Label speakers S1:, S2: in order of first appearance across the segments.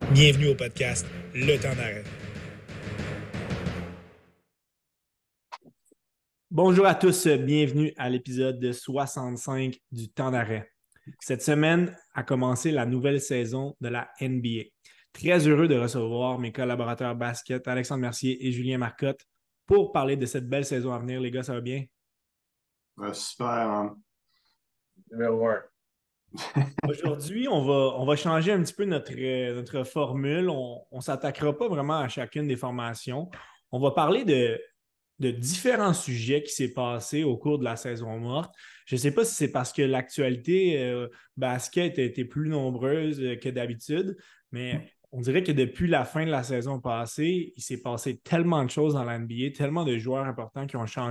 S1: Bienvenue au podcast Le Temps d'arrêt.
S2: Bonjour à tous, bienvenue à l'épisode 65 du Temps d'arrêt. Cette semaine a commencé la nouvelle saison de la NBA. Très heureux de recevoir mes collaborateurs basket, Alexandre Mercier et Julien Marcotte, pour parler de cette belle saison à venir. Les gars, ça va bien?
S3: Ouais, super, hein.
S4: Numéro un.
S2: Aujourd'hui, on va changer un petit peu notre formule. On ne s'attaquera pas vraiment à chacune des formations. On va parler de différents sujets qui s'est passé au cours de la saison morte. Je ne sais pas si c'est parce que l'actualité basket a été plus nombreuse que d'habitude, mais on dirait que depuis la fin de la saison passée, il s'est passé tellement de choses dans la NBA, tellement de joueurs importants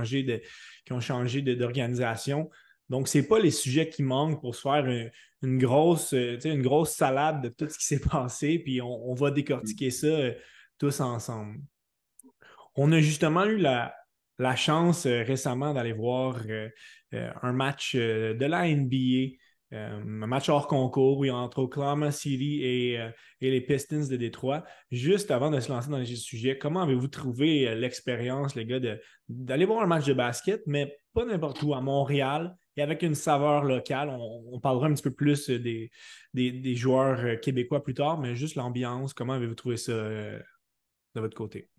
S2: d'organisation. Donc, ce n'est pas les sujets qui manquent pour se faire une grosse salade de tout ce qui s'est passé, puis on va décortiquer ça tous ensemble. On a justement eu la chance récemment d'aller voir un match de la NBA, un match hors concours, oui, entre Oklahoma City et les Pistons de Détroit. Juste avant de se lancer dans les sujets, comment avez-vous trouvé l'expérience, les gars, d'aller voir un match de basket, mais pas n'importe où, à Montréal, et avec une saveur locale? On parlera un petit peu plus des joueurs québécois plus tard, mais juste l'ambiance, comment avez-vous trouvé ça de votre côté?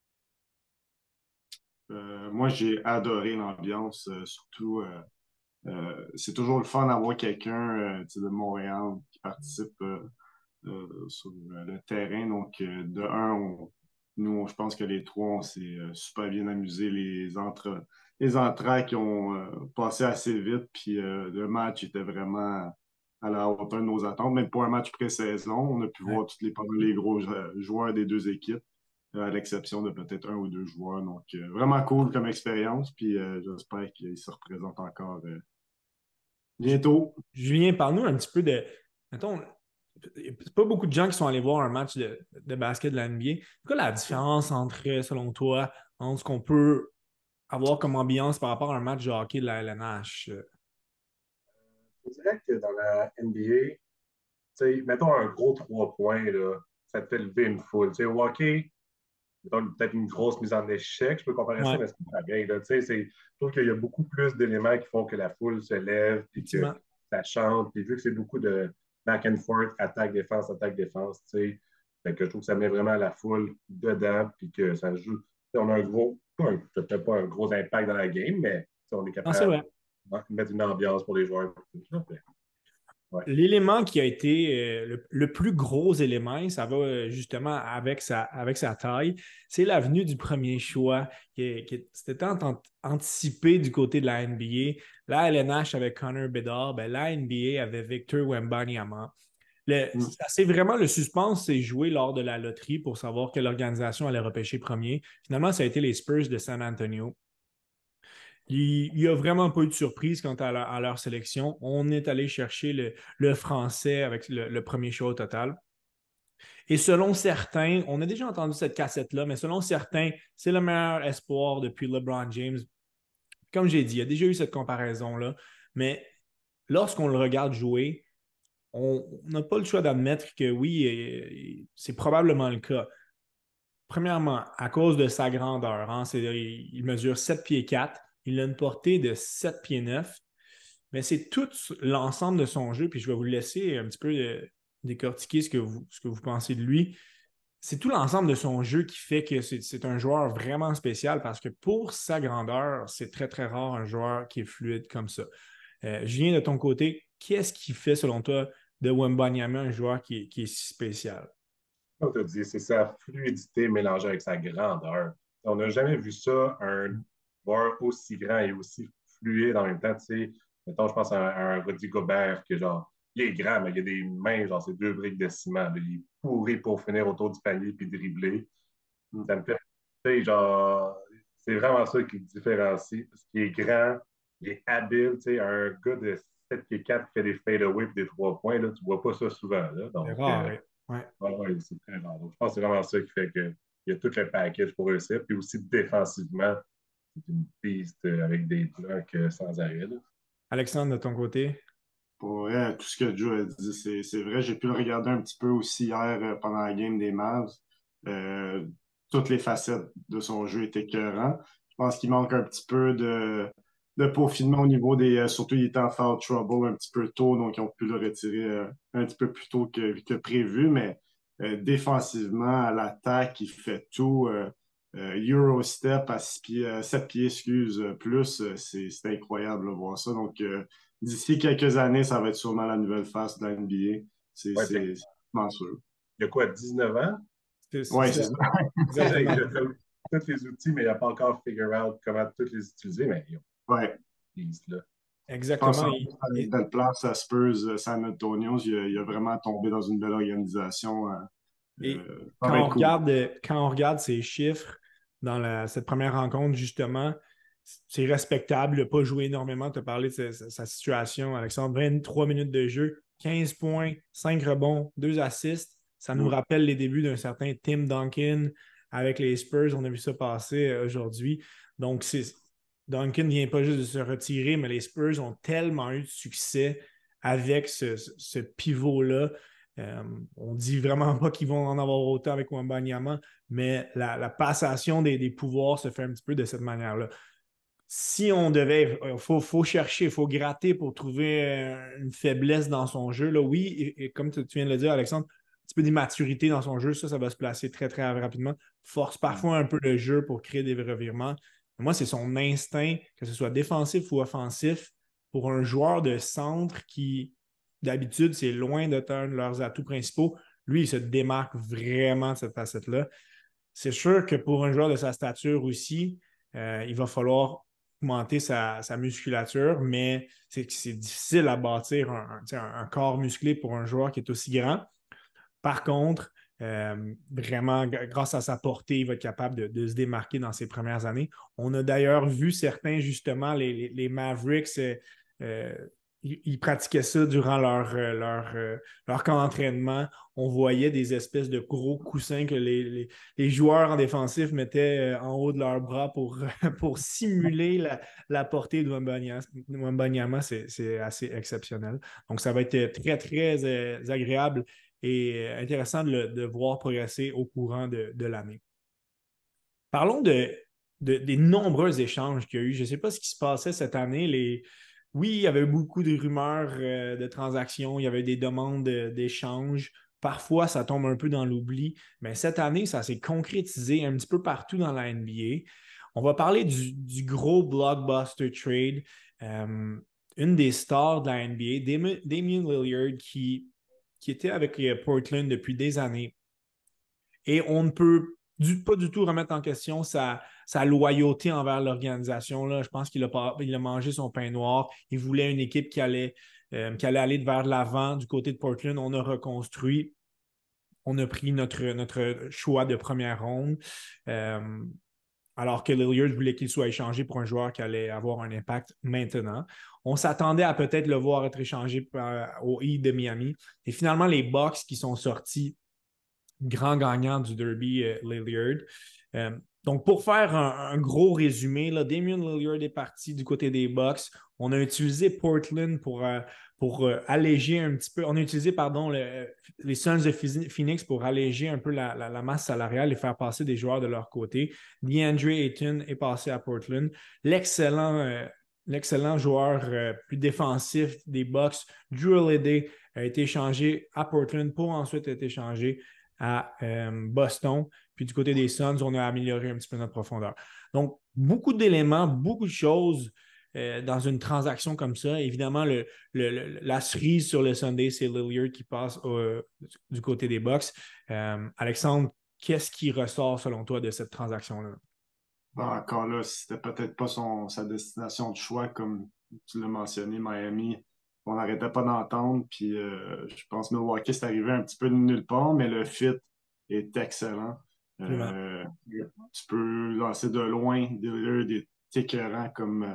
S3: Moi, j'ai adoré l'ambiance, surtout. C'est toujours le fun d'avoir quelqu'un tu sais, de Montréal qui participe sur le terrain. Donc, de un, je pense que les trois, on s'est super bien amusés. Les entrailles ont passé assez vite, puis le match était vraiment à la hauteur de nos attentes. Même pour un match pré-saison, on a pu
S2: Ouais.
S3: voir pas mal les gros joueurs des deux équipes, à l'exception de peut-être un ou deux joueurs. Donc, vraiment cool comme expérience, puis j'espère qu'il se représente encore bientôt.
S2: Julien, parle-nous un petit peu de. Mettons, c'est pas beaucoup de gens qui sont allés voir un match de basket de la NBA. C'est quoi la différence entre, selon toi, entre ce qu'on peut avoir comme ambiance par rapport à un match de hockey de la LNH?
S4: Je dirais que dans la NBA, tu sais, mettons un gros 3 points, là, ça te fait lever une foule. Tu sais, au hockey, mettons peut-être une grosse mise en échec, je peux comparer ça,
S2: Ouais,
S4: mais c'est pas pareil. Là, tu sais, je trouve qu'il y a beaucoup plus d'éléments qui font que la foule se lève, puis que
S2: effectivement.
S4: ça chante, puis vu que c'est beaucoup de back and forth, attaque, défense, tu sais, fait que je trouve que ça met vraiment la foule dedans, puis que ça joue. Tu sais, on a un gros, peut-être pas un gros impact dans la game, mais tu sais, on est
S2: Non, c'est
S4: capable
S2: vrai.
S4: de mettre une ambiance pour les joueurs. Tout ça, ouais.
S2: L'élément qui a été le plus gros élément, et ça va justement avec sa taille, c'est la venue du premier choix c'était anticipé du côté de la NBA. La LNH avec Connor Bedard, ben, la NBA avait Victor Wembanyama.
S3: Mm.
S2: C'est vraiment le suspense s'est joué lors de la loterie pour savoir quelle organisation allait repêcher premier. Finalement, ça a été les Spurs de San Antonio. Il n'y a vraiment pas eu de surprise quant à leur sélection. On est allé chercher le français avec le premier choix au total. Et selon certains, on a déjà entendu cette cassette-là, mais selon certains, c'est le meilleur espoir depuis LeBron James. Comme j'ai dit, il y a déjà eu cette comparaison-là, mais lorsqu'on le regarde jouer, on n'a pas le choix d'admettre que oui, c'est probablement le cas. Premièrement, à cause de sa grandeur, hein, il mesure 7 pieds 4, il a une portée de 7 pieds 9, mais c'est tout l'ensemble de son jeu, puis je vais vous laisser un petit peu décortiquer ce que vous pensez de lui. C'est tout l'ensemble de son jeu qui fait que c'est un joueur vraiment spécial parce que pour sa grandeur, c'est très, très rare un joueur qui est fluide comme ça. Julien, de ton côté, qu'est-ce qui fait, selon toi, de Wembanyama un joueur qui est si spécial?
S4: Comme tu as dit, c'est sa fluidité mélangée avec sa grandeur. On n'a jamais vu ça, un joueur aussi grand et aussi fluide en même temps. Tu sais, mettons, je pense à un Rudy Gobert qui, genre, il est grand, mais il a des mains, genre, c'est 2 briques de ciment. Là. Il est pourri pour finir autour du panier puis dribbler.
S3: Mm.
S4: Ça me fait, tu sais, genre, c'est vraiment ça qui le différencie. Parce qu'il est grand, il est habile. Tu sais, un gars de 7 pieds 4 qui fait des fadeaways et des 3 points, là, tu vois pas ça souvent. Là.
S2: C'est
S4: Donc,
S2: rare, oui. Ouais.
S4: ouais, ouais, c'est très rare. Donc, je pense que c'est vraiment ça qui fait qu'il y a tout le package pour réussir. Puis aussi, défensivement, c'est une piste avec des blocs sans arrêt. Là.
S2: Alexandre, de ton côté?
S3: Pour vrai, tout ce que Joe a dit, c'est vrai. J'ai pu le regarder un petit peu aussi hier pendant la game des Mavs. Euh, Toutes les facettes de son jeu étaient écœurantes. Je pense qu'il manque un petit peu de peaufinement au niveau des. Surtout, il était en foul trouble un petit peu tôt, donc ils ont pu le retirer un petit peu plus tôt que prévu. Mais défensivement, à l'attaque, il fait tout. Eurostep à 6 pieds, 7 pieds, plus, c'est incroyable de voir ça. Donc, d'ici quelques années, ça va être sûrement la nouvelle face de la NBA.
S4: Ouais,
S3: C'est vraiment sûr.
S4: il y a quoi, 19 ans?
S3: Oui,
S2: C'est
S3: c'est
S2: ça.
S3: ça.
S2: Exactement.
S4: Il a tous les outils, mais il n'a pas encore figure out comment tous les utiliser, mais ils ont
S3: Ouais.
S4: là.
S3: Je pense
S2: Exactement.
S3: en plus à une belle place à Spurs, San Antonio. Il a vraiment tombé dans une belle organisation.
S2: Et
S3: Ça va être cool.
S2: quand on regarde ces chiffres dans cette première rencontre, justement, c'est respectable. Il n'a pas joué énormément. Tu as parlé de sa situation, Alexandre. 23 minutes de jeu, 15 points, 5 rebonds, 2 assists. Ça nous rappelle les débuts d'un certain Tim Duncan avec les Spurs. On a vu ça passer aujourd'hui. Donc, Duncan ne vient pas juste de se retirer, mais les Spurs ont tellement eu de succès avec ce pivot-là. On dit vraiment pas qu'ils vont en avoir autant avec Wembanyama, mais la passation des pouvoirs se fait un petit peu de cette manière-là. Si on devait, faut chercher, il faut gratter pour trouver une faiblesse dans son jeu. Là, oui, et comme tu viens de le dire, Alexandre, un petit peu d'immaturité dans son jeu, ça va se placer très, très rapidement. Force parfois un peu le jeu pour créer des revirements. Mais moi, c'est son instinct, que ce soit défensif ou offensif, pour un joueur de centre qui, d'habitude, c'est loin d'être un de leurs atouts principaux. Lui, il se démarque vraiment de cette facette-là. C'est sûr que pour un joueur de sa stature aussi, il va falloir augmenter sa musculature, mais c'est difficile à bâtir un corps musclé pour un joueur qui est aussi grand. Par contre, vraiment, grâce à sa portée, il va être capable de se démarquer dans ses premières années. On a d'ailleurs vu certains, justement, les Mavericks, euh, ils pratiquaient ça durant leur camp d'entraînement. On voyait des espèces de gros coussins que les joueurs en défensif mettaient en haut de leurs bras pour simuler la portée de Wembanyama. C'est assez exceptionnel. Donc, ça va être très, très agréable et intéressant de voir progresser au courant de l'année. Parlons des nombreux échanges qu'il y a eu. Je ne sais pas ce qui se passait cette année. Oui, il y avait beaucoup de rumeurs de transactions, il y avait des demandes d'échanges. Parfois, ça tombe un peu dans l'oubli, mais cette année, ça s'est concrétisé un petit peu partout dans la NBA. On va parler du gros blockbuster trade. Une des stars de la NBA, Damian Lillard, qui était avec Portland depuis des années. Et on ne peut pas du tout remettre en question sa loyauté envers l'organisation. Là. Je pense qu'il a mangé son pain noir. Il voulait une équipe qui allait aller vers l'avant du côté de Portland. On a reconstruit. On a pris notre choix de première ronde. Alors que Lillard voulait qu'il soit échangé pour un joueur qui allait avoir un impact maintenant. On s'attendait à peut-être le voir être échangé au Heat de Miami. Et finalement, les Bucks qui sont sortis grand gagnant du Derby, Lillard. Donc, pour faire un gros résumé, là, Damian Lillard est parti du côté des Bucks. On a utilisé Portland pour alléger un petit peu. On a utilisé, pardon, les Suns de Phoenix pour alléger un peu la masse salariale et faire passer des joueurs de leur côté. DeAndre Ayton est passé à Portland. L'excellent joueur plus défensif des Bucks, Jrue Holiday, a été échangé à Portland pour ensuite être échangé à Boston. Puis du côté des Suns, on a amélioré un petit peu notre profondeur. Donc, beaucoup d'éléments, beaucoup de choses dans une transaction comme ça. Évidemment, la cerise sur le Sunday, c'est Lillard qui passe du côté des Bucks. Alexandre, qu'est-ce qui ressort selon toi de cette transaction-là?
S3: Bon, encore là, c'était peut-être pas sa destination de choix, comme tu l'as mentionné, Miami. On n'arrêtait pas d'entendre. Puis je pense que Milwaukee, c'est arrivé un petit peu de nulle part, mais le fit est excellent. Tu peux lancer de loin des écœurants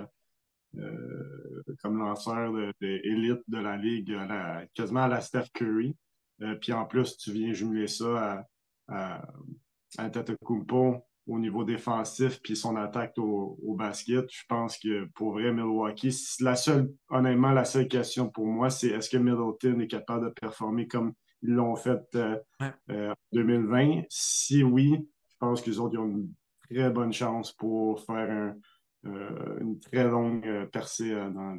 S3: comme lanceur d'élite de la ligue, quasiment à la Steph Curry. Puis en plus, tu viens jumeler ça à Antetokounmpo, au niveau défensif puis son attaque au basket. Je pense que pour vrai, Milwaukee, honnêtement, la seule question pour moi, c'est est-ce que Middleton est capable de performer comme ils l'ont fait en 2020? Si oui, je pense qu'ils ont une très bonne chance pour faire une très longue percée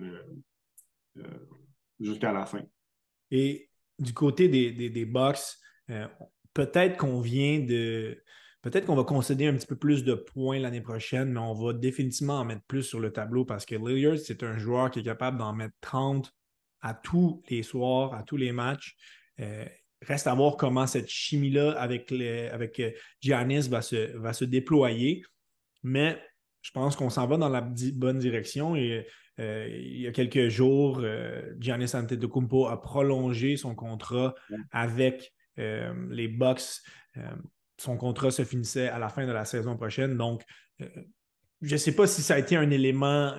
S3: jusqu'à la fin.
S2: Et du côté des Bucks, euh, peut-être qu'on vient de. Peut-être qu'on va concéder un petit peu plus de points l'année prochaine, mais on va définitivement en mettre plus sur le tableau parce que Lillard, c'est un joueur qui est capable d'en mettre 30 à tous les soirs, à tous les matchs. Reste à voir comment cette chimie-là avec Giannis va se déployer. Mais je pense qu'on s'en va dans la bonne direction. Et il y a quelques jours, Giannis Antetokounmpo a prolongé son contrat avec les Bucks. Son contrat se finissait à la fin de la saison prochaine. Donc, je ne sais pas si ça a été un élément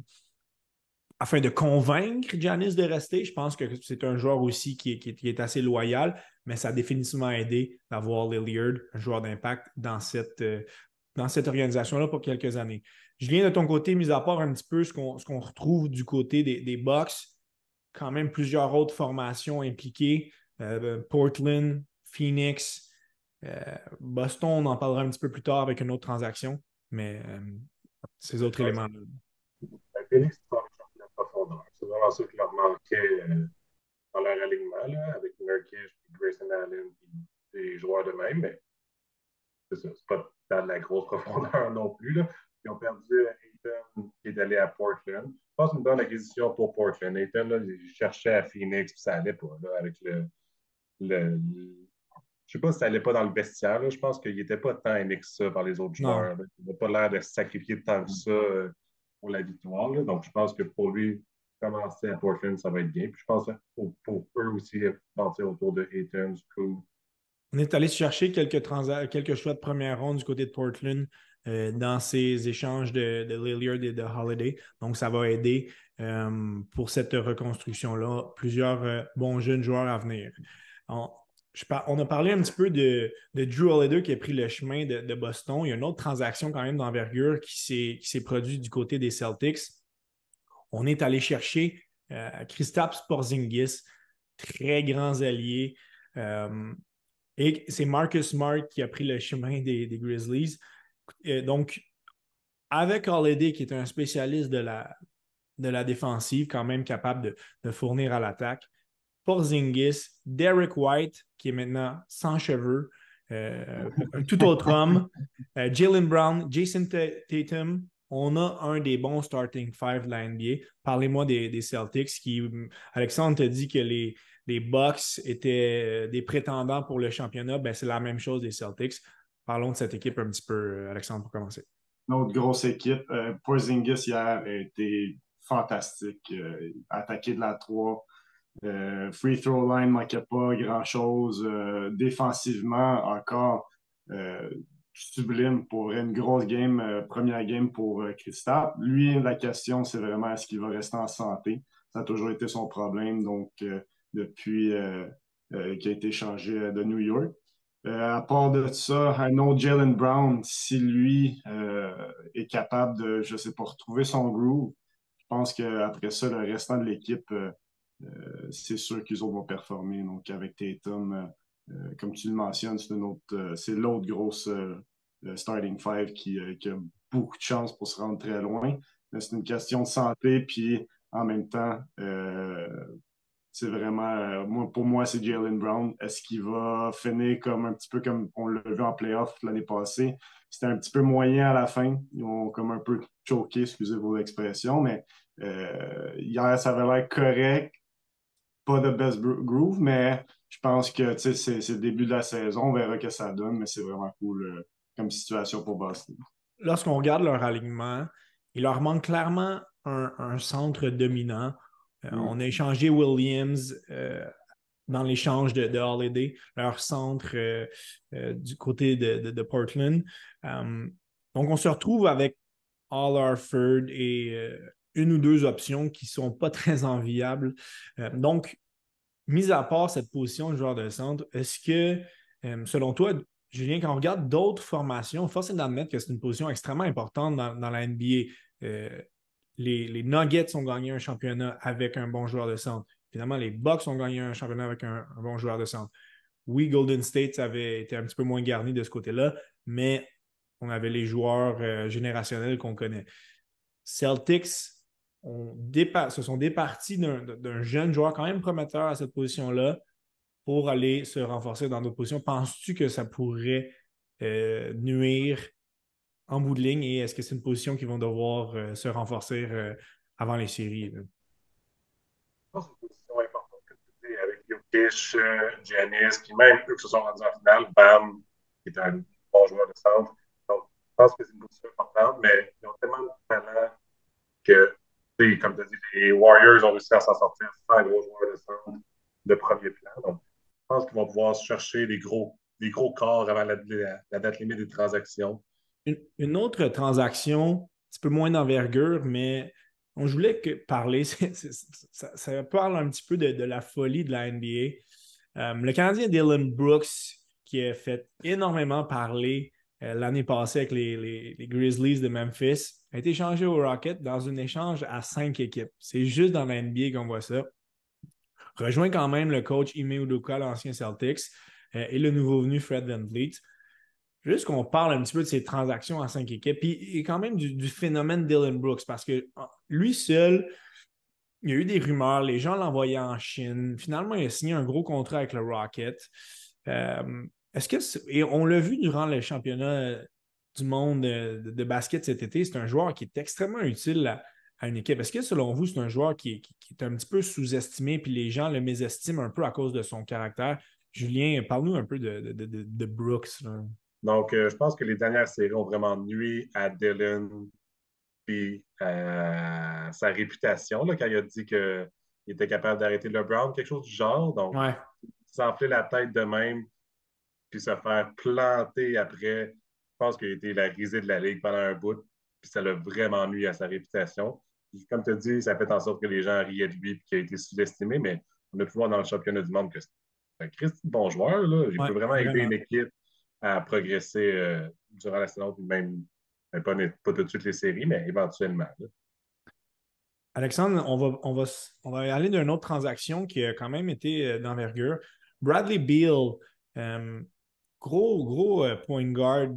S2: afin de convaincre Giannis de rester. Je pense que c'est un joueur aussi qui est assez loyal, mais ça a définitivement aidé d'avoir Lillard, un joueur d'impact, dans cette organisation-là pour quelques années. Julien, de ton côté, mis à part un petit peu ce qu'on retrouve du côté des Bucks, quand même plusieurs autres formations impliquées, Portland, Phoenix, Boston, on en parlera un petit peu plus tard avec une autre transaction, mais ces autres éléments-là.
S4: Phoenix, c'est pas un championnat de profondeur. C'est vraiment ça qui leur manquait dans leur alignement, là, avec Nurkic, Grayson Allen, et des joueurs de même, mais c'est ça, c'est pas dans de la grosse profondeur non plus. Là. Ils ont perdu Ayton qui est allé à Portland. Je pense une bonne acquisition pour Portland. Ayton, là, il cherchait à Phoenix, puis ça allait pas, là, avec le... Je sais pas si ça allait pas dans le vestiaire. Là. Je pense qu'il n'était pas tant aimé que ça par les autres joueurs. Là. Il n'a pas l'air de se sacrifier tant que ça pour la victoire. Là. Donc, je pense que pour lui, commencer à Portland, ça va être bien. Puis je pense que pour eux aussi, partir autour de Ayton, Scoot.
S2: On est allé chercher quelques choix de première ronde du côté de Portland dans ces échanges de Lillard et de Holiday. Donc, ça va aider pour cette reconstruction-là. Plusieurs bons jeunes joueurs à venir. On a parlé un petit peu de Drew Holiday qui a pris le chemin de Boston. Il y a une autre transaction quand même d'envergure qui s'est produite du côté des Celtics. On est allé chercher Kristaps Porzingis, très grands alliés. Et c'est Marcus Smart qui a pris le chemin des Grizzlies. Donc, avec Holiday, qui est un spécialiste de la défensive, quand même capable de fournir à l'attaque, Porzingis, Derek White, qui est maintenant sans cheveux, un tout autre homme, Jaylen Brown, Jason Tatum, on a un des bons starting five de la NBA. Parlez-moi des Celtics qui, Alexandre t'a dit que les Bucks étaient des prétendants pour le championnat. Ben, c'est la même chose des Celtics. Parlons de cette équipe un petit peu, Alexandre, pour commencer.
S3: Une autre grosse équipe. Porzingis hier a été fantastique. Attaqué de la 3. Free throw line ne manquait pas grand-chose. Défensivement, encore sublime pour une grosse game, première game pour Kristaps. Lui, la question, c'est vraiment est-ce qu'il va rester en santé? Ça a toujours été son problème, donc depuis qu'il a été changé de New York. À part de ça, un autre Jaylen Brown, si lui est capable de, je sais pas, retrouver son groove, je pense qu'après ça, le restant de l'équipe, c'est sûr qu'ils vont performer. Donc, avec Tatum, comme tu le mentionnes, c'est l'autre grosse starting five qui a beaucoup de chance pour se rendre très loin. Mais c'est une question de santé, puis en même temps, c'est vraiment, pour moi, c'est Jaylen Brown. Est-ce qu'il va finir un petit peu comme on l'a vu en playoff l'année passée? C'était un petit peu moyen à la fin. Ils ont comme un peu choqué, excusez vos expressions, mais hier, ça avait l'air correct. Pas de best groove, mais je pense que c'est le début de la saison. On verra ce que ça donne, mais c'est vraiment cool comme situation pour Boston.
S2: Lorsqu'on regarde leur alignement, il leur manque clairement un centre dominant. On a échangé Williams dans l'échange de Holiday, leur centre du côté de Portland. Donc, on se retrouve avec Al Horford et une ou deux options qui ne sont pas très enviables. Donc, mis à part cette position de joueur de centre, est-ce que, selon toi, Julien, quand on regarde d'autres formations, force est d'admettre que c'est une position extrêmement importante dans la NBA. Les Nuggets ont gagné un championnat avec un bon joueur de centre. Évidemment, les Bucks ont gagné un championnat avec un bon joueur de centre. Oui, Golden State avait été un petit peu moins garni de ce côté-là, mais on avait les joueurs générationnels qu'on connaît. Celtics se sont départis d'un jeune joueur quand même prometteur à cette position-là pour aller se renforcer dans d'autres positions. Penses-tu que ça pourrait nuire en bout de ligne et est-ce que c'est une position qu'ils vont devoir se renforcer avant les séries? Là?
S4: Je pense que c'est une position importante, comme tu dis, avec Jokic, Giannis, puis même eux qui se sont rendus en finale, Bam, qui est un bon joueur de centre. Donc, je pense que c'est une position importante, mais ils ont tellement de talent que, comme tu as dit, les Warriors ont réussi à s'en sortir sans un gros joueur de centre de premier plan. Donc, je pense qu'ils vont pouvoir se chercher des gros corps avant la date limite des transactions.
S2: Une autre transaction, un petit peu moins d'envergure, mais je voulais parler, ça parle un petit peu de la folie de la NBA. Le Canadien Dylan Brooks, qui a fait énormément parler l'année passée avec les Grizzlies de Memphis, a été échangé au Rocket dans un échange à 5 équipes. C'est juste dans la NBA qu'on voit ça. Rejoint quand même le coach Ime Udoka, l'ancien Celtics, et le nouveau venu Fred VanVleet. Juste qu'on parle un petit peu de ces transactions à 5 équipes, puis et quand même du phénomène Dylan Brooks, parce que lui seul, il y a eu des rumeurs, les gens l'envoyaient en Chine. Finalement, il a signé un gros contrat avec le Rocket. Est-ce que et on l'a vu durant le championnat du monde de basket cet été, c'est un joueur qui est extrêmement utile à une équipe. Est-ce que selon vous, c'est un joueur qui est un petit peu sous-estimé, puis les gens le mésestiment un peu à cause de son caractère? Julien, parle-nous un peu de Brooks. Là.
S4: Donc, je pense que les dernières séries ont vraiment nuit à Dylan puis sa réputation là, quand il a dit qu'il était capable d'arrêter LeBron, quelque chose du genre. Donc,
S2: Ouais.
S4: s'enfler la tête de même puis se faire planter après, je pense qu'il a été la risée de la Ligue pendant un bout, puis ça l'a vraiment nuit à sa réputation. Puis, comme tu as dit, ça fait en sorte que les gens riaient de lui et qu'il a été sous-estimé, mais on a pu voir dans le championnat du monde que c'est un Christy de bon joueur. Là. Il
S2: Ouais,
S4: peut vraiment aider
S2: vraiment.
S4: une équipe à progresser durant la saison, même pas tout de suite les séries, mais éventuellement. Là.
S2: Alexandre, on va aller d'une autre transaction qui a quand même été d'envergure. Bradley Beal, euh, gros point guard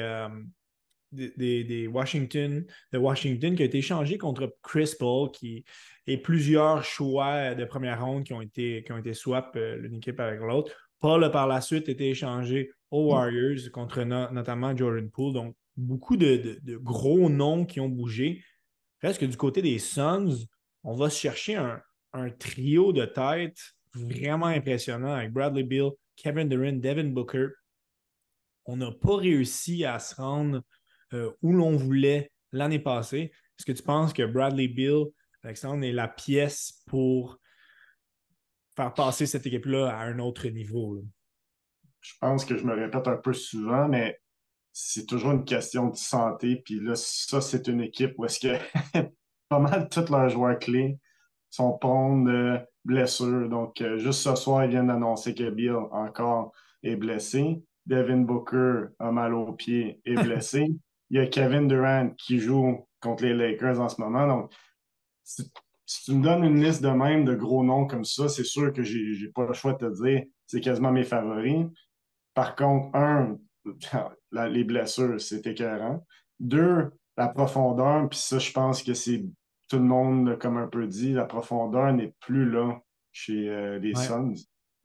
S2: des Washington, de Washington qui a été échangé contre Chris Paul et plusieurs choix de première ronde qui ont été swap l'une équipe avec l'autre. Paul a par la suite été échangé aux Warriors contre notamment Jordan Poole. Donc, beaucoup de gros noms qui ont bougé. Reste que du côté des Suns, on va se chercher un trio de tête vraiment impressionnant avec Bradley Beal, Kevin Durant, Devin Booker. On n'a pas réussi à se rendre où l'on voulait l'année passée. Est-ce que tu penses que Bradley Beal, Alexandre, est la pièce pour faire passer cette équipe-là à un autre niveau? Là?
S3: Je pense que je me répète un peu souvent, mais c'est toujours une question de santé. Puis là, ça, c'est une équipe où est-ce que pas mal tous leurs joueurs clés sont prônes de blessures. Donc, juste ce soir, ils viennent d'annoncer que Bill encore est blessé. Devin Booker a mal au pied et blessé. Il y a Kevin Durant qui joue contre les Lakers en ce moment. Donc, si, si tu me donnes une liste de même de gros noms comme ça, c'est sûr que j'ai pas le choix de te dire c'est quasiment mes favoris. Par contre, les blessures, c'est écœurant. Deux, la profondeur, puis ça, je pense que c'est tout le monde, comme un peu dit, la profondeur n'est plus là chez les
S2: Ouais.
S3: Suns.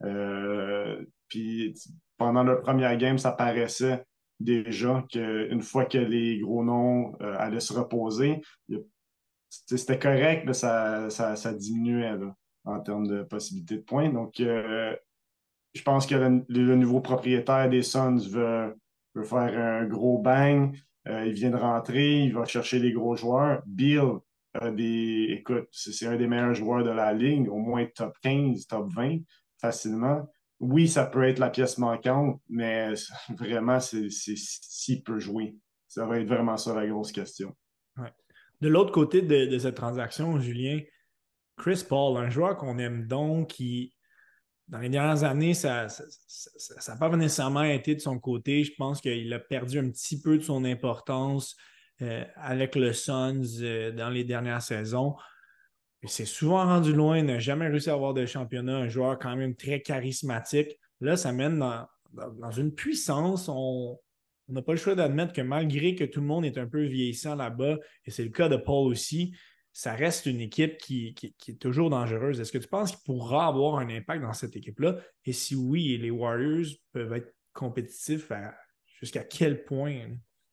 S3: Puis pendant leur première game, ça paraissait déjà qu'une fois que les gros noms allaient se reposer, c'était correct, mais ça diminuait là, en termes de possibilités de points. Donc, je pense que le nouveau propriétaire des Suns veut faire un gros bang. Il vient de rentrer, il va chercher des gros joueurs. Bill, écoute, c'est un des meilleurs joueurs de la ligue, au moins top 15, top 20, facilement. Oui, ça peut être la pièce manquante, mais vraiment, c'est s'il peut jouer. Ça va être vraiment ça la grosse question.
S2: Ouais. De l'autre côté de cette transaction, Julien, Chris Paul, un joueur qu'on aime donc, qui dans les dernières années, ça n'a pas nécessairement été de son côté. Je pense qu'il a perdu un petit peu de son importance avec le Suns dans les dernières saisons. Il s'est souvent rendu loin, il n'a jamais réussi à avoir de championnat, un joueur quand même très charismatique. Là, ça mène dans une puissance. On n'a pas le choix d'admettre que malgré que tout le monde est un peu vieillissant là-bas, et c'est le cas de Paul aussi, ça reste une équipe qui est toujours dangereuse. Est-ce que tu penses qu'il pourra avoir un impact dans cette équipe-là? Et si oui, les Warriors peuvent être compétitifs jusqu'à quel point?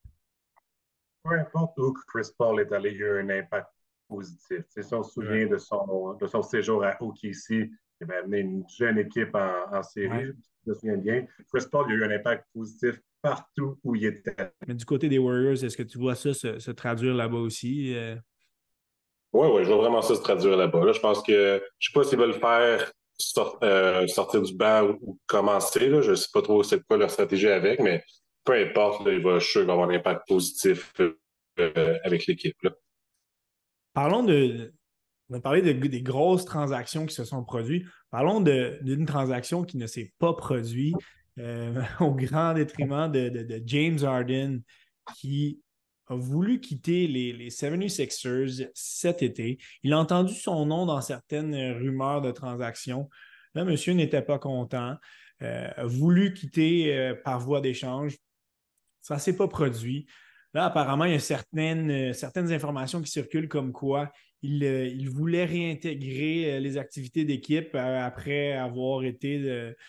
S4: Peu importe où Chris Paul est allé, il y a eu un impact positif. Si on se souvient de son séjour à OKC, il avait amené une jeune équipe en série, je me souviens bien. Chris Paul, il y a eu un impact positif partout où il était.
S2: Mais du côté des Warriors, est-ce que tu vois ça se traduire là-bas aussi?
S5: Oui, je vois vraiment ça se traduire là-bas. Là, je pense que je sais pas s'ils veulent faire sortir du banc ou commencer. Là. Je sais pas trop c'est quoi leur stratégie avec, mais peu importe, là, je suis sûr qu'il va avoir un impact positif avec l'équipe. Là.
S2: Parlons on a parlé des grosses transactions qui se sont produites. Parlons d'une transaction qui ne s'est pas produite au grand détriment de James Harden qui a voulu quitter les 76ers cet été. Il a entendu son nom dans certaines rumeurs de transactions. Là, monsieur n'était pas content. A voulu quitter par voie d'échange. Ça ne s'est pas produit. Là, apparemment, il y a certaines informations qui circulent comme quoi il voulait réintégrer les activités d'équipe après avoir été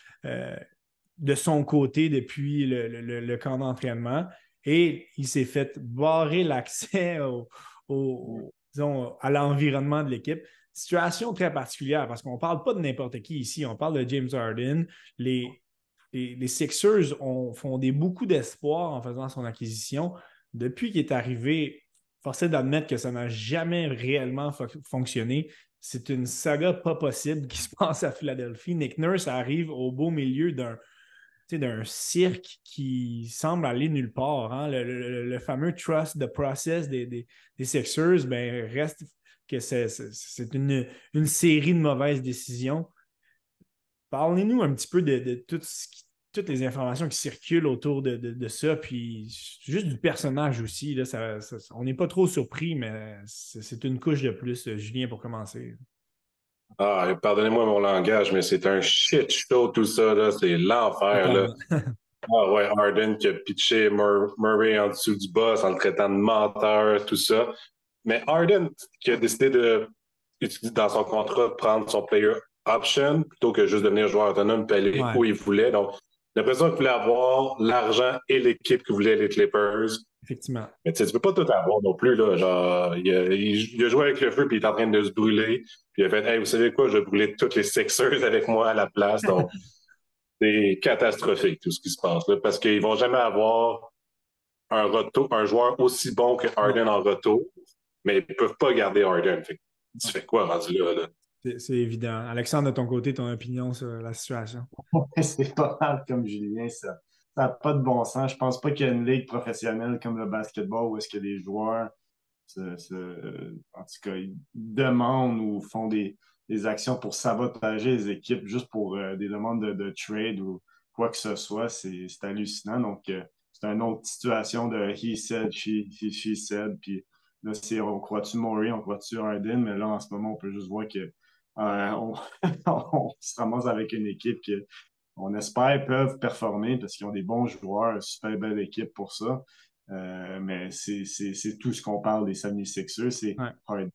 S2: de son côté depuis le camp d'entraînement. Et il s'est fait barrer l'accès disons, à l'environnement de l'équipe. Situation très particulière parce qu'on ne parle pas de n'importe qui ici. On parle de James Harden. Les Sixers ont fondé beaucoup d'espoir en faisant son acquisition. Depuis qu'il est arrivé, forcé d'admettre que ça n'a jamais réellement fonctionné. C'est une saga pas possible qui se passe à Philadelphie. Nick Nurse arrive au beau milieu d'un cirque qui semble aller nulle part. Hein? Le fameux trust the process des Sixers reste que c'est une série de mauvaises décisions. Parlez-nous un petit peu de toutes les informations qui circulent autour de ça, puis juste du personnage aussi. Là, on n'est pas trop surpris, mais c'est une couche de plus. Julien, pour commencer.
S5: Ah, pardonnez-moi mon langage, mais c'est un shit show tout ça, là. C'est l'enfer, là. Ah ouais, Harden qui a pitché Murray en dessous du boss en le traitant de menteur, tout ça. Mais Harden qui a décidé dans son contrat de prendre son player option plutôt que juste devenir joueur autonome et aller où il voulait. Donc, j'ai l'impression qu'il voulait avoir l'argent et l'équipe que voulaient les Clippers.
S2: Effectivement.
S5: Mais tu peux pas tout avoir non plus. Là. Genre, il a joué avec le feu puis il est en train de se brûler. Puis il a fait hey, vous savez quoi, je vais brûler toutes les Sixers avec moi à la place. Donc, c'est catastrophique tout ce qui se passe. Là, parce qu'ils vont jamais avoir un joueur aussi bon que Harden en retour, mais ils peuvent pas garder Harden. Fait, tu fais quoi rendu là?
S2: C'est évident. Alexandre, de ton côté, ton opinion sur la situation?
S3: C'est pas mal comme Julien, ça n'a pas de bon sens. Je pense pas qu'il y a une ligue professionnelle comme le basketball où est-ce que les joueurs en tout cas, ils demandent ou font des actions pour sabotager les équipes juste pour des demandes de trade ou quoi que ce soit. C'est hallucinant. Donc, c'est une autre situation de he said, she said. Puis là, on croit-tu Murray, on croit-tu Harden, mais là, en ce moment, on peut juste voir que on, on se ramasse avec une équipe que on espère peuvent performer parce qu'ils ont des bons joueurs, une super belle équipe pour ça. Mais c'est tout ce qu'on parle des 76ers, c'est Harden.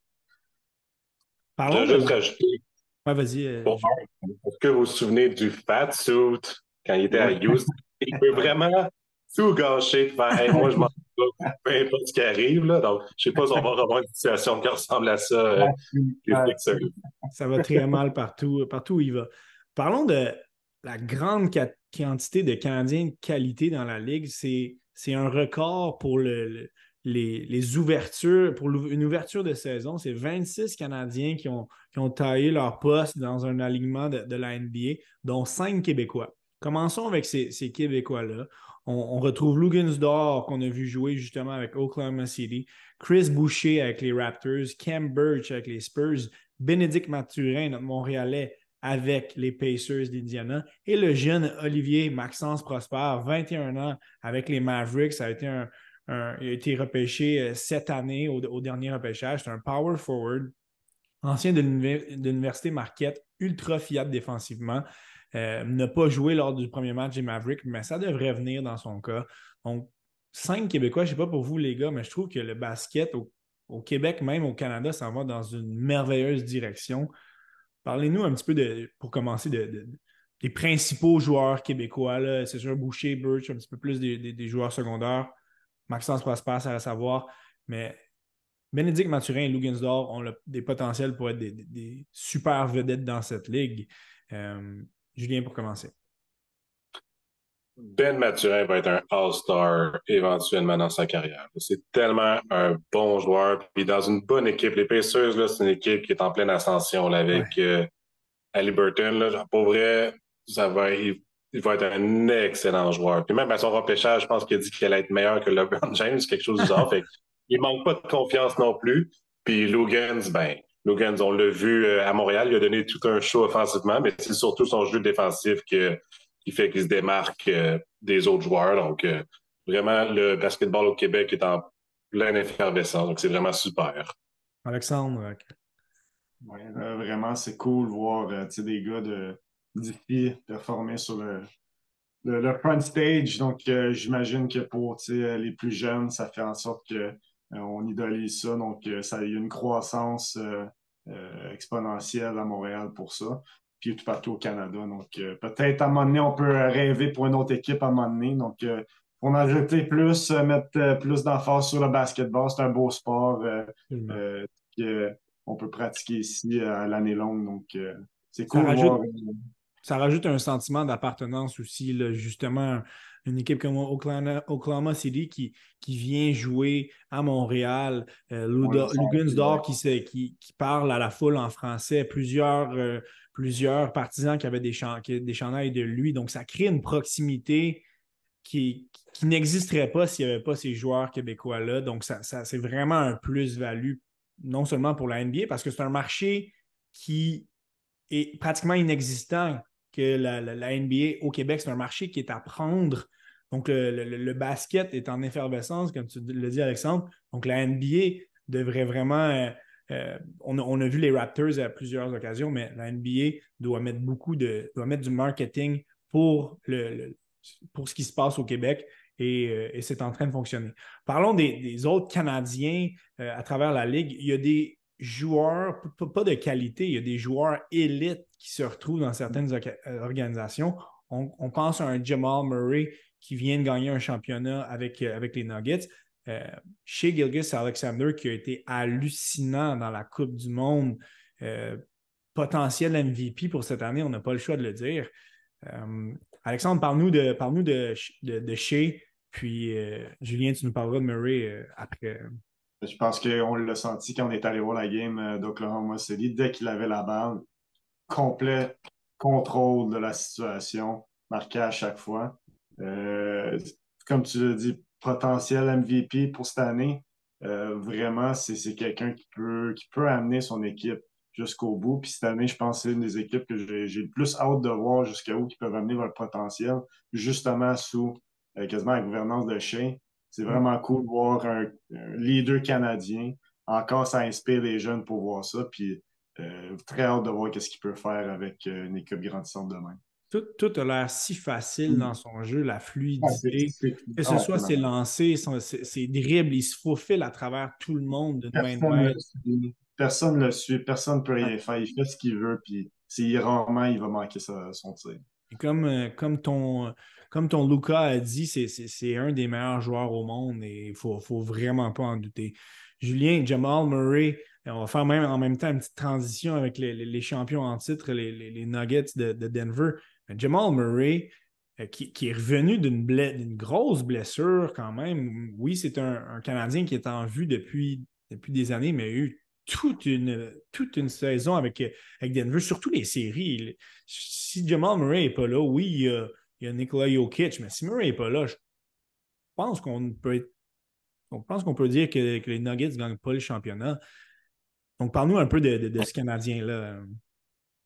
S5: Je vais juste rajouter.
S2: Ouais, vas-y.
S5: Est-ce que vous vous souvenez du fat suit quand il était à Houston? Il peut vraiment tout gâcher de faire hey, moi je m'en vais, peu importe ce qui arrive. Là. Donc, je ne sais pas si on va avoir une situation qui ressemble à ça.
S2: Ça va très mal partout où il va. Parlons de la grande quantité de Canadiens de qualité dans la Ligue. C'est un record pour les ouvertures, pour une ouverture de saison. C'est 26 Canadiens qui ont taillé leur poste dans un alignement de la NBA, dont 5 Québécois. Commençons avec ces Québécois-là. On retrouve Lugunsdor qu'on a vu jouer justement avec Oklahoma City, Chris Boucher avec les Raptors, Cam Birch avec les Spurs, Bénédicte Mathurin, notre Montréalais, avec les Pacers d'Indiana. Et le jeune Olivier Maxence Prosper, 21 ans, avec les Mavericks, il a été repêché cette année au dernier repêchage. C'est un power forward, ancien de l'Université Marquette, ultra fiable défensivement. N'a pas joué lors du premier match des Mavericks, mais ça devrait venir dans son cas. Donc, 5 Québécois, je ne sais pas pour vous les gars, mais je trouve que le basket au Québec, même au Canada, ça va dans une merveilleuse direction. Parlez-nous un petit peu, pour commencer, des principaux joueurs québécois. Là. C'est sûr, Boucher, Birch, un petit peu plus des joueurs secondaires. Maxence Prosper, ça va savoir. Mais Bénédicte Mathurin et Lou Gunsdor ont des potentiels pour être des super vedettes dans cette ligue. Julien, pour commencer.
S5: Ben Mathurin va être un All-Star éventuellement dans sa carrière. C'est tellement un bon joueur. Puis dans une bonne équipe, les Pacers, là, c'est une équipe qui est en pleine ascension là, avec Haliburton. Là, pour vrai, il va être un excellent joueur. Puis même à son repêchage, je pense qu'il a dit qu'il allait être meilleur que LeBron James, quelque chose du genre. Fait il manque pas de confiance non plus. Puis Lugans, on l'a vu à Montréal, il a donné tout un show offensivement, mais c'est surtout son jeu défensif qui fait qu'il se démarque des autres joueurs. Donc, vraiment, le basketball au Québec est en pleine effervescence. Donc, c'est vraiment super.
S2: Alexandre.
S3: Oui, vraiment, c'est cool de voir des gars d'ici performer sur le front stage. Donc, j'imagine que pour les plus jeunes, ça fait en sorte que on idolise ça. Donc, il y a une croissance exponentielle à Montréal pour ça. Puis tout partout au Canada. Donc, peut-être à un moment donné, on peut rêver pour une autre équipe à un moment donné. Donc, pour en ajouter plus, mettre plus d'emphase sur le basketball, c'est un beau sport qu'on peut pratiquer ici à l'année longue. Donc, c'est cool de voir.
S2: Ça rajoute un sentiment d'appartenance aussi, là, justement, une équipe comme Oklahoma City qui vient jouer à Montréal, Lou Gunsdor qui parle à la foule en français, plusieurs partisans qui avaient des chandails de lui. Donc, ça crée une proximité qui n'existerait pas s'il n'y avait pas ces joueurs québécois-là. Donc, ça c'est vraiment un plus-value, non seulement pour la NBA, parce que c'est un marché qui est pratiquement inexistant, que la NBA au Québec, c'est un marché qui est à prendre. Donc, le basket est en effervescence, comme tu l'as dit, Alexandre. Donc, la NBA devrait vraiment... on a vu les Raptors à plusieurs occasions, mais la NBA doit mettre du marketing pour ce qui se passe au Québec et c'est en train de fonctionner. Parlons des autres Canadiens à travers la Ligue. Il y a des joueurs, pas de qualité, il y a des joueurs élites qui se retrouvent dans certaines organisations. On pense à un Jamal Murray qui vient de gagner un championnat avec les Nuggets. Shai Gilgeous-Alexander qui a été hallucinant dans la Coupe du Monde, potentiel MVP pour cette année, on n'a pas le choix de le dire. Alexandre, parle-nous de Shai, puis Julien, tu nous parleras de Murray après.
S3: Je pense qu'on l'a senti quand on est allé voir la game d'Oklahoma City. Dès qu'il avait la balle, complet contrôle de la situation, marqué à chaque fois. Comme tu l'as dit, potentiel MVP pour cette année. Vraiment, c'est quelqu'un qui peut amener son équipe jusqu'au bout. Puis cette année, je pense que c'est une des équipes que j'ai le plus hâte de voir jusqu'à où ils peuvent amener leur potentiel, justement sous quasiment la gouvernance de Shai. C'est vraiment cool de voir un leader canadien. Encore, ça inspire les jeunes pour voir ça. Puis très hâte de voir ce qu'il peut faire avec une équipe grandissante demain.
S2: Tout a l'air si facile dans son jeu, la fluidité, que ce soit ses lancers, ses dribbles, il se faufile à travers tout le monde d'une main de maître.
S3: Personne ne le suit, personne ne peut rien faire. Il fait ce qu'il veut, puis rarement il va manquer son tir.
S2: Et comme ton Luka a dit, c'est un des meilleurs joueurs au monde et il ne faut vraiment pas en douter. Julien, Jamal Murray, on va faire même en même temps une petite transition avec les champions en titre, les Nuggets de Denver. Jamal Murray, qui est revenu d'une grosse blessure quand même. Oui, c'est un Canadien qui est en vue depuis des années, mais il a eu toute une saison avec Denver, surtout les séries. Si Jamal Murray n'est pas là, oui, il y a Nikola Jokic, mais si Murray n'est pas là, je pense qu'on peut dire que les Nuggets ne gagnent pas le championnat. Donc, parle-nous un peu de ce Canadien-là.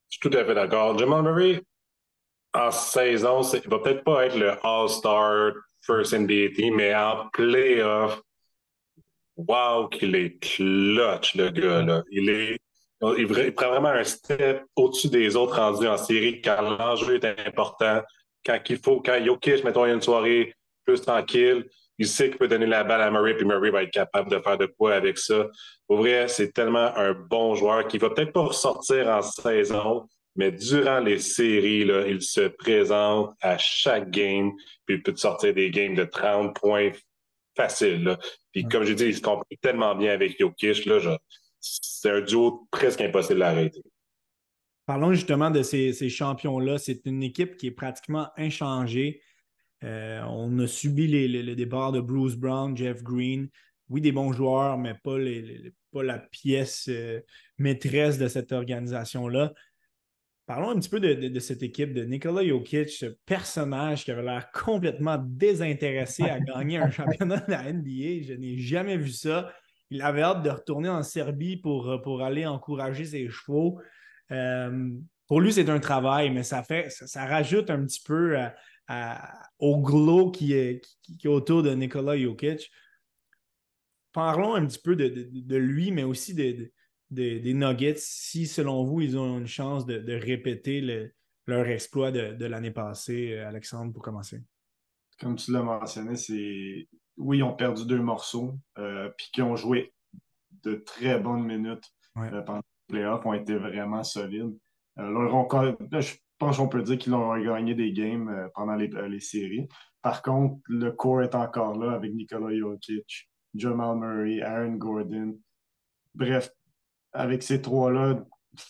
S5: suis tout à fait d'accord. Jamal Murray, en saison, il va peut-être pas être le All-Star First NBA Team, mais en playoff, wow, qu'il est clutch, le gars, là. Il prend vraiment un step au-dessus des autres rendus en série quand l'enjeu est important. Quand Jokic, mettons, il y a une soirée plus tranquille, il sait qu'il peut donner la balle à Murray, puis Murray va être capable de faire de quoi avec ça. Pour vrai, c'est tellement un bon joueur qui va peut-être pas ressortir en saison, mais durant les séries, là, il se présente à chaque game, puis il peut te sortir des games de 30 points facile, là. Puis comme je dis, il se comprend tellement bien avec Jokic, là, c'est un duo presque impossible à arrêter.
S2: Parlons justement de ces champions-là. C'est une équipe qui est pratiquement inchangée. On a subi le départ de Bruce Brown, Jeff Green. Oui, des bons joueurs, mais pas la pièce maîtresse de cette organisation-là. Parlons un petit peu de cette équipe de Nikola Jokic, ce personnage qui avait l'air complètement désintéressé à gagner un championnat de la NBA. Je n'ai jamais vu ça. Il avait hâte de retourner en Serbie pour aller encourager ses chevaux. Pour lui, c'est un travail, mais ça rajoute un petit peu au glow qui est autour de Nikola Jokic. Parlons un petit peu de lui, mais aussi des Nuggets, si selon vous, ils ont une chance de répéter leur exploit de l'année passée. Alexandre, pour commencer.
S3: Comme tu l'as mentionné, oui, ils ont perdu 2 morceaux, puis qui ont joué de très bonnes minutes pendant les playoffs, ont été vraiment solides. Je pense qu'on peut dire qu'ils ont gagné des games pendant les séries. Par contre, le core est encore là avec Nikola Jokic, Jamal Murray, Aaron Gordon. Bref, avec ces trois-là,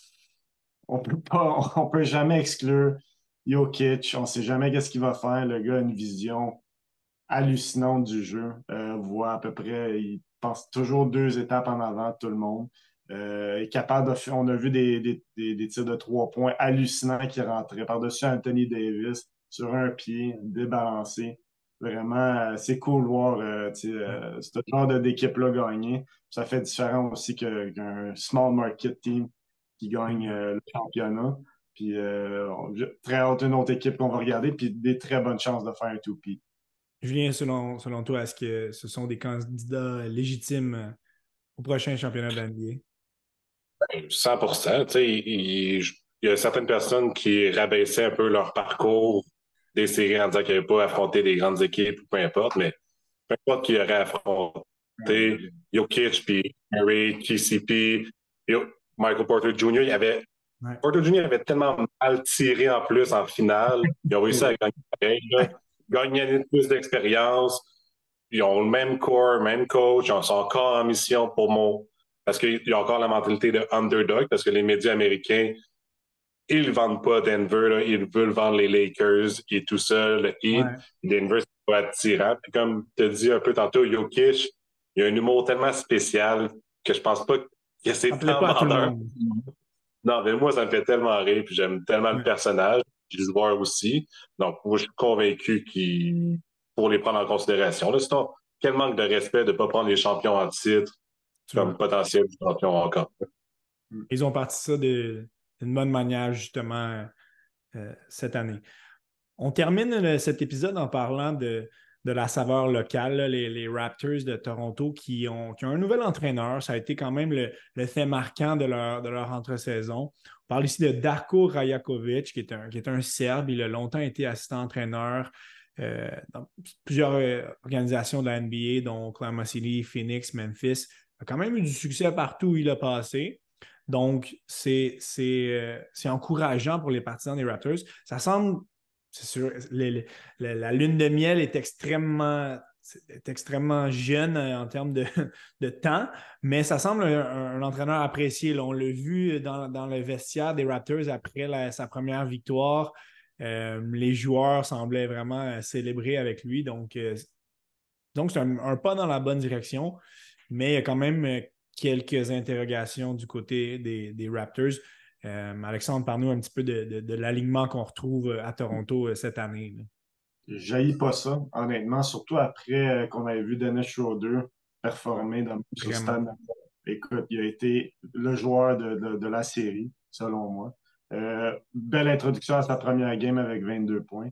S3: on peut jamais exclure Jokic. On sait jamais qu'est-ce qu'il va faire. Le gars a une vision hallucinante du jeu. Voit à peu près, il pense toujours 2 étapes en avant de tout le monde. Est capable on a vu des tirs de 3 points hallucinants qui rentraient par-dessus Anthony Davis sur un pied, débalancé. Vraiment, c'est cool de voir ce genre d'équipe-là gagner. Ça fait différent aussi qu'un small market team qui gagne le championnat. Puis très hâte une autre équipe qu'on va regarder, puis des très bonnes chances de faire un 2P.
S2: Julien, selon toi, est-ce que ce sont des candidats légitimes au prochain championnat de l'NBA?
S5: 100%. Il y a certaines personnes qui rabaissaient un peu leur parcours des séries en disant qu'ils n'avaient pas affronté des grandes équipes ou peu importe, mais peu importe qui aurait affronté Jokic, puis Murray, KCP, Michael Porter Jr., Porter Jr. avait tellement mal tiré en plus en finale. Ils ont réussi à gagner pareil, gagner une année de plus d'expérience. Ils ont le même corps, même coach. Ils sont encore en mission parce qu'il y a encore la mentalité de underdog, parce que les médias américains, ils ne vendent pas Denver, là, ils veulent vendre les Lakers et tout ça, le Heat. Denver, c'est pas attirant. Puis comme tu as dit un peu tantôt, Jokic, il a un humour tellement spécial que je pense pas que c'est tant vendeur. Non, mais moi, ça me fait tellement rire, puis j'aime tellement le personnage, puis le joueur aussi. Donc, moi, je suis convaincu pour les prendre en considération. Là, sinon, quel manque de respect de ne pas prendre les champions en titre comme potentiel champion encore.
S2: Ils ont parti ça d'une bonne manière, justement, cette année. On termine cet épisode en parlant de la saveur locale, là, les Raptors de Toronto qui ont un nouvel entraîneur. Ça a été quand même le fait marquant de leur entre-saison. On parle ici de Darko Rajakovic, qui est un Serbe. Il a longtemps été assistant-entraîneur dans plusieurs organisations de la NBA, dont Oklahoma City, Phoenix, Memphis. Il a quand même eu du succès partout où il a passé. Donc, c'est encourageant pour les partisans des Raptors. Ça semble, c'est sûr, la lune de miel est extrêmement jeune en termes de temps, mais ça semble un entraîneur apprécié. Là, on l'a vu dans le vestiaire des Raptors après sa première victoire. Les joueurs semblaient vraiment célébrer avec lui. Donc c'est un pas dans la bonne direction, mais il y a quand même quelques interrogations du côté des Raptors. Alexandre, parle-nous un petit peu de l'alignement qu'on retrouve à Toronto cette année.
S3: Je n'haïs pas ça, honnêtement, surtout après qu'on avait vu Dennis Schroeder performer dans ce stade. Écoute, il a été le joueur de la série, selon moi. Belle introduction à sa première game avec 22 points.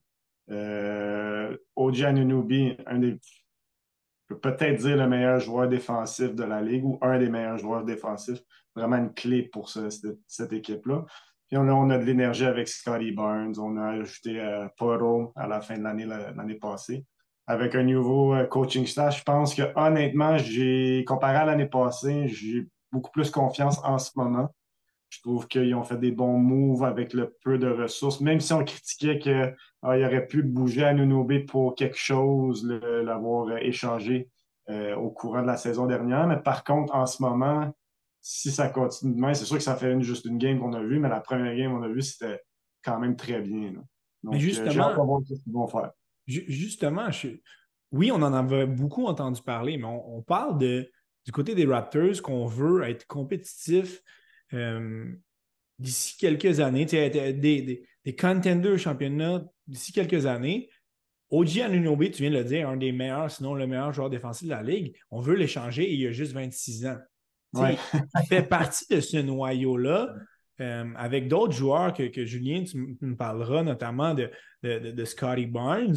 S3: OG Anunoby, je peux peut-être dire le meilleur joueur défensif de la Ligue ou un des meilleurs joueurs défensifs. Vraiment une clé pour cette équipe-là. Puis on a de l'énergie avec Scotty Barnes. On a ajouté Porto à la fin de l'année passée. Avec un nouveau coaching staff, je pense que honnêtement, comparé à l'année passée, j'ai beaucoup plus confiance en ce moment. Je trouve qu'ils ont fait des bons moves avec le peu de ressources, même si on critiquait qu'il aurait pu bouger à Anunoby pour quelque chose, l'avoir échangé au courant de la saison dernière. Mais par contre, en ce moment, si ça continue demain, c'est sûr que ça fait juste une game qu'on a vue, mais la première game qu'on a vue, c'était quand même très bien. Là.
S2: Mais
S3: Donc, j'ai hâte de
S2: justement,
S3: voir ce qu'ils vont faire.
S2: justement, oui, on en avait beaucoup entendu parler, mais on parle du côté des Raptors qu'on veut être compétitif d'ici quelques années, des contenders au championnat d'ici quelques années. OG Anunoby, tu viens de le dire, un des meilleurs, sinon le meilleur joueur défensif de la Ligue, on veut l'échanger et il a juste 26 ans.
S3: Ouais.
S2: Il fait partie de ce noyau-là. Avec d'autres joueurs que Julien, tu me parleras notamment de Scotty Barnes.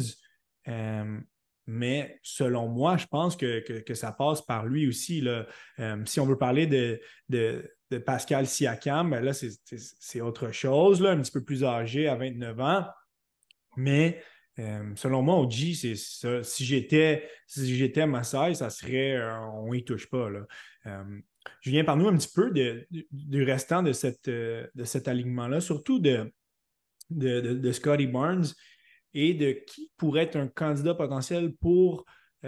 S2: Mais selon moi, je pense que ça passe par lui aussi. Là. Si on veut parler de Pascal Siakam, ben là, c'est autre chose, là, un petit peu plus âgé à 29 ans. Mais selon moi, OG, c'est ça. Si j'étais Masai, ça serait on y touche pas. Là. Julien, parle-nous un petit peu du restant de cet alignement-là, surtout de Scotty Barnes et de qui pourrait être un candidat potentiel pour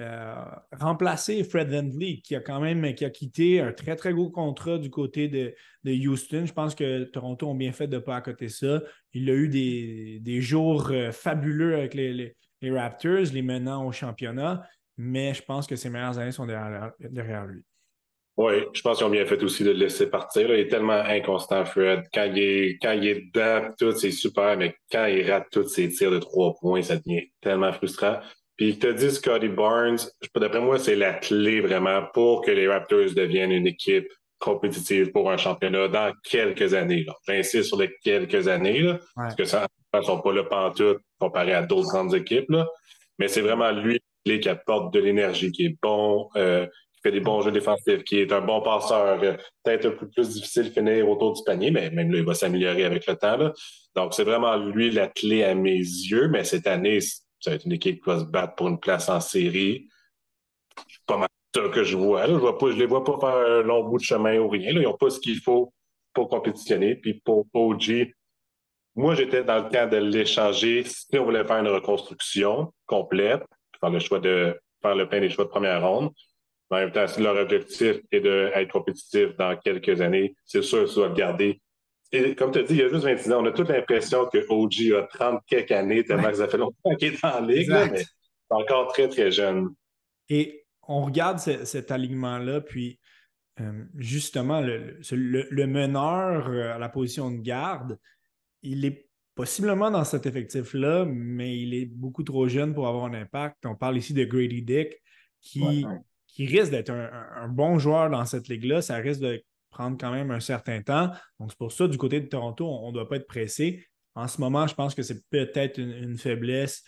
S2: remplacer Fred VanVleet, qui a quitté un très, très gros contrat du côté de Houston. Je pense que Toronto ont bien fait de ne pas accoter ça. Il a eu des jours fabuleux avec les Raptors, les menant au championnat, mais je pense que ses meilleures années sont derrière lui.
S5: Oui, je pense qu'ils ont bien fait aussi de le laisser partir. Là. Il est tellement inconstant, Fred. Quand il est dedans, tout, c'est super, mais quand il rate tous ses tirs de 3 points, ça devient tellement frustrant. Puis il te dit Scotty Barnes, d'après moi, c'est la clé vraiment pour que les Raptors deviennent une équipe compétitive pour un championnat dans quelques années. Là. J'insiste sur les quelques années, là, parce que ça ne sont pas le pantoute comparé à d'autres grandes équipes. Là. Mais c'est vraiment lui qui apporte de l'énergie, qui est bon, fait des bons jeux défensifs, qui est un bon passeur, peut-être un peu plus difficile de finir autour du panier, mais même là, il va s'améliorer avec le temps. Là. Donc, c'est vraiment lui la clé à mes yeux, mais cette année, ça va être une équipe qui va se battre pour une place en série. C'est pas mal ça que je vois. Là. Je les vois pas faire un long bout de chemin ou rien. Là. Ils n'ont pas ce qu'il faut pour compétitionner. Puis pour OG, moi, j'étais dans le camp de l'échanger si on voulait faire une reconstruction complète, faire le choix de faire le plein des choix de première ronde. En même temps, si leur objectif est d'être compétitif dans quelques années, c'est sûr que ça doit le garder. Et comme tu as dit, il y a juste 26 ans. On a toute l'impression que OG a 30 quelques années, tellement que ça fait longtemps qu'il est dans la ligue, là, mais c'est encore très, très jeune.
S2: Et on regarde cet alignement-là, puis justement, le meneur à la position de garde, il est possiblement dans cet effectif-là, mais il est beaucoup trop jeune pour avoir un impact. On parle ici de Grady Dick, qui risque d'être un bon joueur dans cette ligue-là. Ça risque de prendre quand même un certain temps. Donc, c'est pour ça, du côté de Toronto, on ne doit pas être pressé. En ce moment, je pense que c'est peut-être une faiblesse,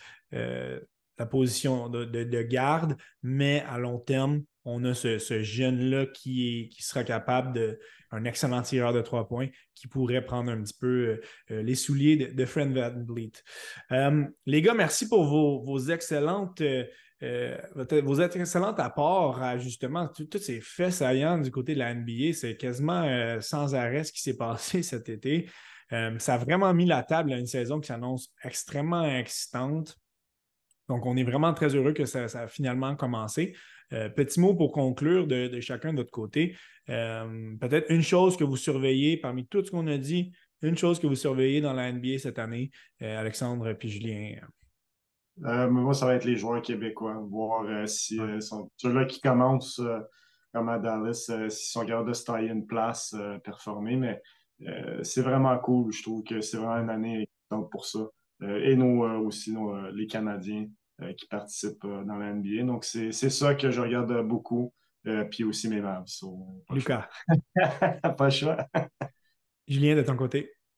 S2: la position de garde, mais à long terme, on a ce jeune-là qui sera capable un excellent tireur de 3 points qui pourrait prendre un petit peu les souliers de Fred VanVleet. Les gars, merci pour vos excellentes apports à justement tous ces faits saillants du côté de la NBA. C'est quasiment sans arrêt ce qui s'est passé cet été. Ça a vraiment mis la table à une saison qui s'annonce extrêmement excitante. Donc, on est vraiment très heureux que ça a finalement commencé. Petit mot pour conclure de chacun de votre côté. Peut-être une chose que vous surveillez parmi tout ce qu'on a dit, une chose que vous surveillez dans la NBA cette année, Alexandre puis Julien.
S3: Moi, ça va être les joueurs québécois, voir si ceux-là qui commencent comme à Dallas, s'ils sont capables de se tailler une place, performer. Mais c'est vraiment cool. Je trouve que c'est vraiment une année excitante pour ça. Et aussi les Canadiens qui participent dans la NBA. Donc, c'est ça que je regarde beaucoup. Puis aussi mes Mavs.
S2: Lucas.
S3: Pas le choix.
S2: Julien, de ton côté.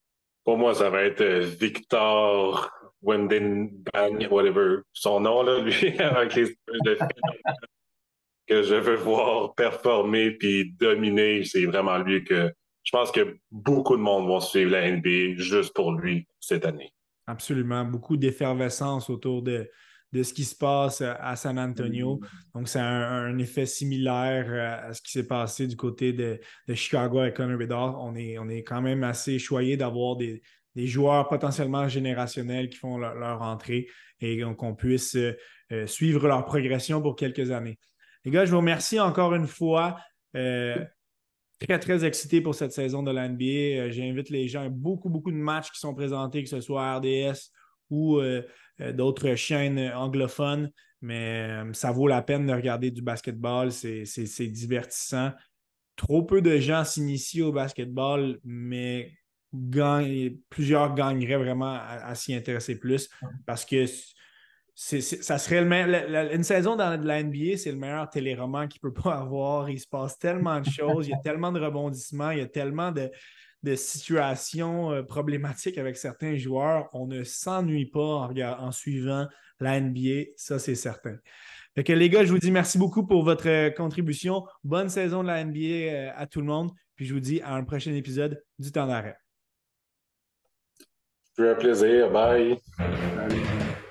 S5: Pour moi, ça va être Victor Wendenbang, whatever son nom, là, lui, avec les Spurs de Philadelphie, que je veux voir performer puis dominer. C'est vraiment lui que je pense que beaucoup de monde vont suivre la NBA juste pour lui cette année.
S2: Absolument. Beaucoup d'effervescence autour de ce qui se passe à San Antonio. Donc, c'est un effet similaire à ce qui s'est passé du côté de Chicago avec Connor Bedard. On est quand même assez choyé d'avoir des joueurs potentiellement générationnels qui font leur entrée et qu'on puisse suivre leur progression pour quelques années. Les gars, je vous remercie encore une fois. Très, très excité pour cette saison de la NBA. J'invite les gens, beaucoup, beaucoup de matchs qui sont présentés, que ce soit RDS ou d'autres chaînes anglophones, mais ça vaut la peine de regarder du basketball. C'est divertissant. Trop peu de gens s'initient au basketball, mais plusieurs gagneraient vraiment à s'y intéresser plus parce que ça serait une saison dans la NBA, c'est le meilleur téléroman qu'il ne peut pas avoir. Il se passe tellement de choses, il y a tellement de rebondissements, il y a tellement de situations problématiques avec certains joueurs. On ne s'ennuie pas en suivant la NBA, ça c'est certain. Fait que les gars, je vous dis merci beaucoup pour votre contribution. Bonne saison de la NBA à tout le monde. Puis je vous dis à un prochain épisode du Temps d'arrêt.
S5: C'est un plaisir. Bye.
S3: Allez.